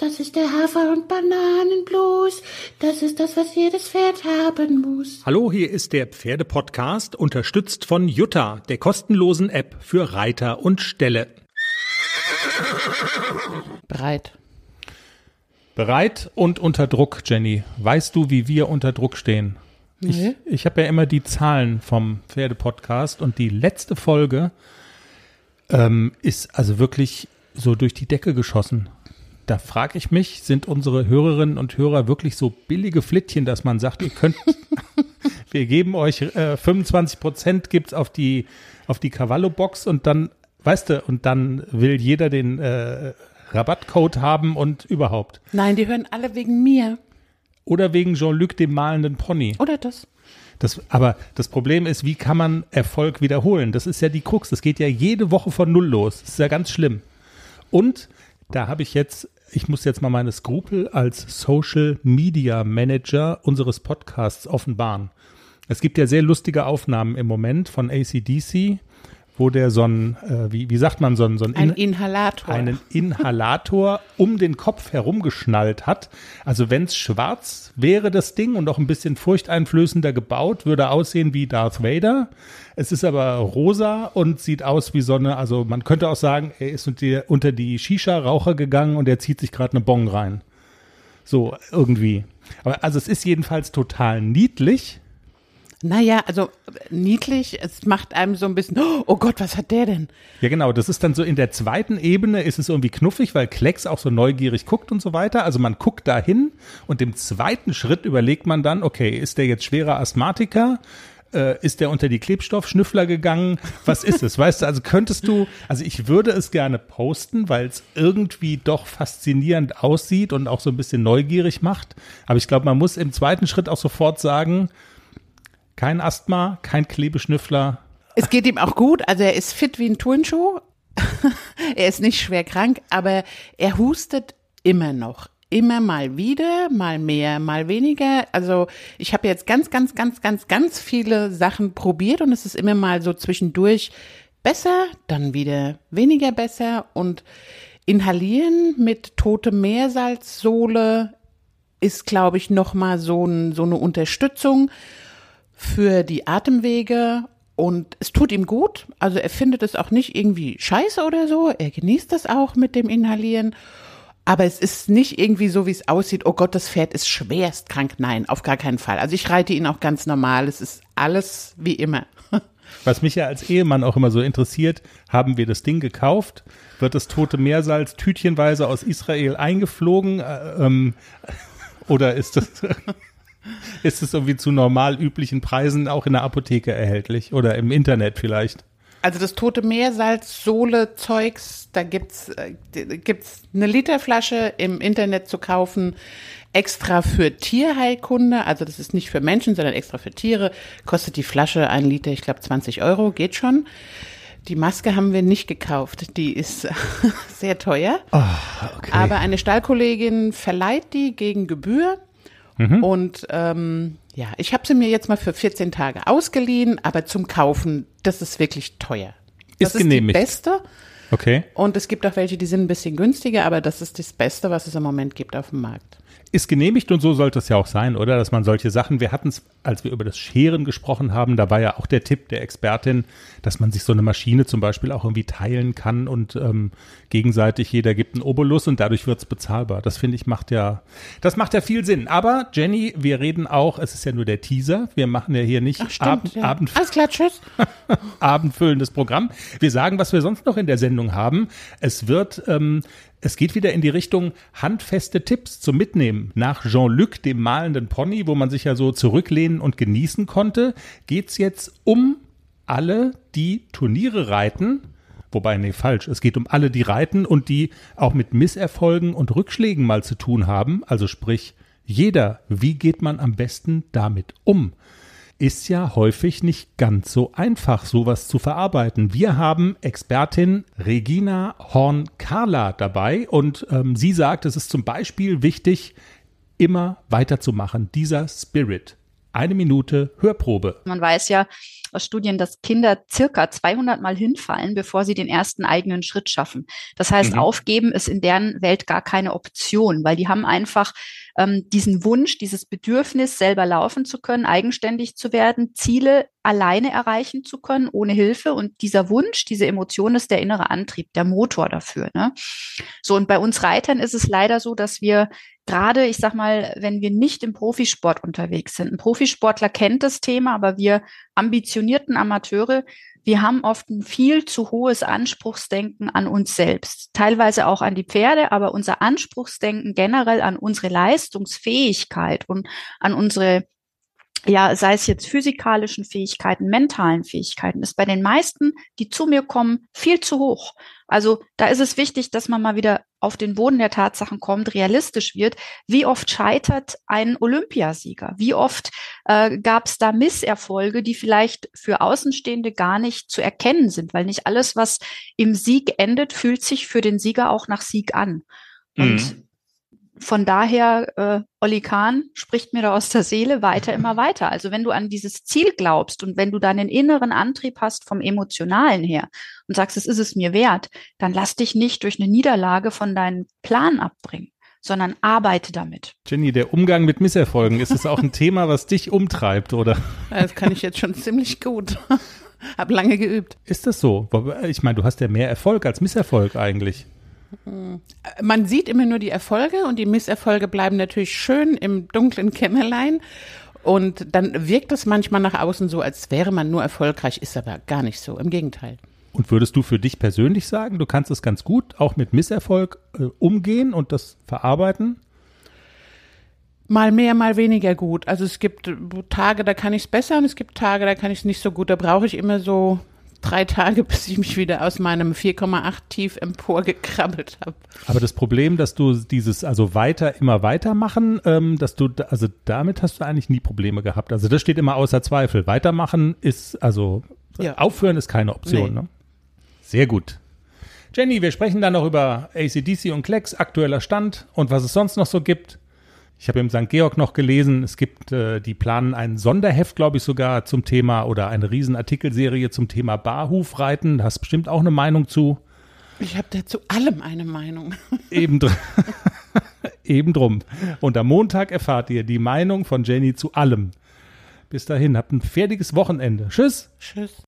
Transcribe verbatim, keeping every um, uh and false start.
Das ist der Hafer- und Bananenblues. Das ist das, was jedes Pferd haben muss. Hallo, hier ist der Pferdepodcast, unterstützt von Jutta, der kostenlosen App für Reiter und Ställe. Bereit. Bereit und unter Druck, Jenny. Weißt du, wie wir unter Druck stehen? Ich, Nee. ich habe ja immer die Zahlen vom Pferdepodcast und die letzte Folge ähm, ist also wirklich so durch die Decke geschossen. Da frage ich mich, sind unsere Hörerinnen und Hörer wirklich so billige Flittchen, dass man sagt, ihr könnt, wir geben euch äh, fünfundzwanzig Prozent gibt's auf die, auf die Cavallo-Box und dann, weißt du, und dann will jeder den äh, Rabattcode haben und überhaupt. Nein, die hören alle wegen mir. Oder wegen Jean-Luc, dem malenden Pony. Oder das. Das, aber das Problem ist, wie kann man Erfolg wiederholen? Das ist ja die Krux. Das geht ja jede Woche von Null los. Das ist ja ganz schlimm. Und da habe ich jetzt, ich muss jetzt mal meine Skrupel als Social Media Manager unseres Podcasts offenbaren. Es gibt ja sehr lustige Aufnahmen im Moment von A C D C, wo der so ein, äh, wie, wie sagt man, so ein, so ein Ein In- Inhalator. einen Inhalator um den Kopf herumgeschnallt hat. Also wenn es schwarz wäre, das Ding, und auch ein bisschen furchteinflößender gebaut, würde aussehen wie Darth Vader. Es ist aber rosa und sieht aus wie so eine, also man könnte auch sagen, er ist unter die, unter die Shisha-Raucher gegangen und er zieht sich gerade eine Bong rein. So, irgendwie. Aber also es ist jedenfalls total niedlich. Naja, also niedlich, es macht einem so ein bisschen, oh Gott, was hat der denn? Ja, genau, das ist dann so in der zweiten Ebene ist es irgendwie knuffig, weil Klecks auch so neugierig guckt und so weiter. Also man guckt da hin und im zweiten Schritt überlegt man dann, okay, ist der jetzt schwerer Asthmatiker? Äh, ist der unter die Klebstoffschnüffler gegangen? Was ist es? Weißt du, also könntest du, also ich würde es gerne posten, weil es irgendwie doch faszinierend aussieht und auch so ein bisschen neugierig macht. Aber ich glaube, man muss im zweiten Schritt auch sofort sagen, kein Asthma, kein Klebeschnüffler. Es geht ihm auch gut, also er ist fit wie ein Turnschuh. Er ist nicht schwer krank, aber er hustet immer noch. Immer mal wieder, mal mehr, mal weniger. Also ich habe jetzt ganz, ganz, ganz, ganz, ganz viele Sachen probiert und es ist immer mal so zwischendurch besser, dann wieder weniger besser. Und inhalieren mit totem Meersalzsohle ist, glaube ich, nochmal so, ein, so eine Unterstützung für die Atemwege und es tut ihm gut. Also er findet es auch nicht irgendwie scheiße oder so. Er genießt das auch mit dem Inhalieren. Aber es ist nicht irgendwie so, wie es aussieht, oh Gott, das Pferd ist schwerst krank. Nein, auf gar keinen Fall. Also ich reite ihn auch ganz normal. Es ist alles wie immer. Was mich ja als Ehemann auch immer so interessiert, haben wir das Ding gekauft? Wird das tote Meersalz tütchenweise aus Israel eingeflogen? Äh, ähm, oder ist das... Ist es irgendwie zu normal üblichen Preisen auch in der Apotheke erhältlich oder im Internet vielleicht? Also das tote Meersalz-Sohle-Zeugs, da gibt's, äh, gibt's eine Literflasche im Internet zu kaufen, extra für Tierheilkunde. Also das ist nicht für Menschen, sondern extra für Tiere. Kostet die Flasche ein Liter, ich glaube zwanzig Euro, geht schon. Die Maske haben wir nicht gekauft, die ist sehr teuer. Oh, okay. Aber eine Stallkollegin verleiht die gegen Gebühr. Mhm. Und ähm, ja, ich habe sie mir jetzt mal für vierzehn Tage ausgeliehen, aber zum Kaufen, das ist wirklich teuer. Das ist genehmigt. Die beste. Okay. Und es gibt auch welche, die sind ein bisschen günstiger, aber das ist das Beste, was es im Moment gibt auf dem Markt. Ist genehmigt und so sollte es ja auch sein, oder? Dass man solche Sachen, wir hatten es, als wir über das Scheren gesprochen haben, da war ja auch der Tipp der Expertin, dass man sich so eine Maschine zum Beispiel auch irgendwie teilen kann und ähm, gegenseitig jeder gibt einen Obolus und dadurch wird es bezahlbar. Das finde ich macht ja, das macht ja viel Sinn. Aber Jenny, wir reden auch, es ist ja nur der Teaser, wir machen ja hier nicht Ach, stimmt, Abend, ja. Abend, Alles klar, tschüss. abendfüllendes Programm. Wir sagen, was wir sonst noch in der Sendung haben. Es wird, ähm, es geht wieder in die Richtung handfeste Tipps zum Mitnehmen. Nach Jean-Luc, dem malenden Pony, wo man sich ja so zurücklehnen und genießen konnte, geht's jetzt um alle, die Turniere reiten. Wobei, nee, falsch. Es geht um alle, die reiten und die auch mit Misserfolgen und Rückschlägen mal zu tun haben. Also sprich, jeder, wie geht man am besten damit um? Ist ja häufig nicht ganz so einfach, sowas zu verarbeiten. Wir haben Expertin Regina Horn-Karla dabei und ähm, sie sagt, es ist zum Beispiel wichtig, immer weiterzumachen, dieser Spirit. Eine Minute Hörprobe. Man weiß ja aus Studien, dass Kinder circa zweihundert Mal hinfallen, bevor sie den ersten eigenen Schritt schaffen. Das heißt, mhm. aufgeben ist in deren Welt gar keine Option, weil die haben einfach ähm, diesen Wunsch, dieses Bedürfnis, selber laufen zu können, eigenständig zu werden, Ziele alleine erreichen zu können, ohne Hilfe. Und dieser Wunsch, diese Emotion ist der innere Antrieb, der Motor dafür. Ne? So, und bei uns Reitern ist es leider so, dass wir gerade, ich sag mal, wenn wir nicht im Profisport unterwegs sind, ein Profisportler kennt das Thema, aber wir ambitionierten Amateure, wir haben oft ein viel zu hohes Anspruchsdenken an uns selbst, teilweise auch an die Pferde, aber unser Anspruchsdenken generell an unsere Leistungsfähigkeit und an unsere, ja, sei es jetzt physikalischen Fähigkeiten, mentalen Fähigkeiten, ist bei den meisten, die zu mir kommen, viel zu hoch. Also da ist es wichtig, dass man mal wieder auf den Boden der Tatsachen kommt, realistisch wird. Wie oft scheitert ein Olympiasieger? Wie oft äh, gab es da Misserfolge, die vielleicht für Außenstehende gar nicht zu erkennen sind? Weil nicht alles, was im Sieg endet, fühlt sich für den Sieger auch nach Sieg an. Und mhm. Von daher, äh, Olli Kahn spricht mir da aus der Seele, weiter, immer weiter. Also wenn du an dieses Ziel glaubst und wenn du dann den inneren Antrieb hast vom Emotionalen her und sagst, es ist es mir wert, dann lass dich nicht durch eine Niederlage von deinem Plan abbringen, sondern arbeite damit. Jenny, der Umgang mit Misserfolgen, ist es auch ein Thema, was dich umtreibt, oder? Das kann ich jetzt schon ziemlich gut. Hab lange geübt. Ist das so? Ich meine, du hast ja mehr Erfolg als Misserfolg eigentlich. Man sieht immer nur die Erfolge und die Misserfolge bleiben natürlich schön im dunklen Kämmerlein und dann wirkt es manchmal nach außen so, als wäre man nur erfolgreich, ist aber gar nicht so, im Gegenteil. Und würdest du für dich persönlich sagen, du kannst es ganz gut auch mit Misserfolg äh, umgehen und das verarbeiten? Mal mehr, mal weniger gut. Also es gibt Tage, da kann ich es besser und es gibt Tage, da kann ich es nicht so gut. Da brauche ich immer so drei Tage, bis ich mich wieder aus meinem vier Komma acht tief emporgekrabbelt habe. Aber das Problem, dass du dieses, also weiter, immer weitermachen, ähm, dass du, also damit hast du eigentlich nie Probleme gehabt. Also das steht immer außer Zweifel. Weitermachen ist, also ja. Aufhören ist keine Option. Nee. Ne? Sehr gut. Jenny, wir sprechen dann noch über A C D C und Klecks, aktueller Stand und was es sonst noch so gibt. Ich habe im Sankt Georg noch gelesen, es gibt, äh, die planen ein Sonderheft, glaube ich sogar, zum Thema oder eine Riesenartikelserie zum Thema Barhufreiten. Da hast bestimmt auch eine Meinung zu. Ich habe da zu allem eine Meinung. Eben, dr- Eben drum. Und am Montag erfahrt ihr die Meinung von Jenny zu allem. Bis dahin, habt ein fertiges Wochenende. Tschüss. Tschüss.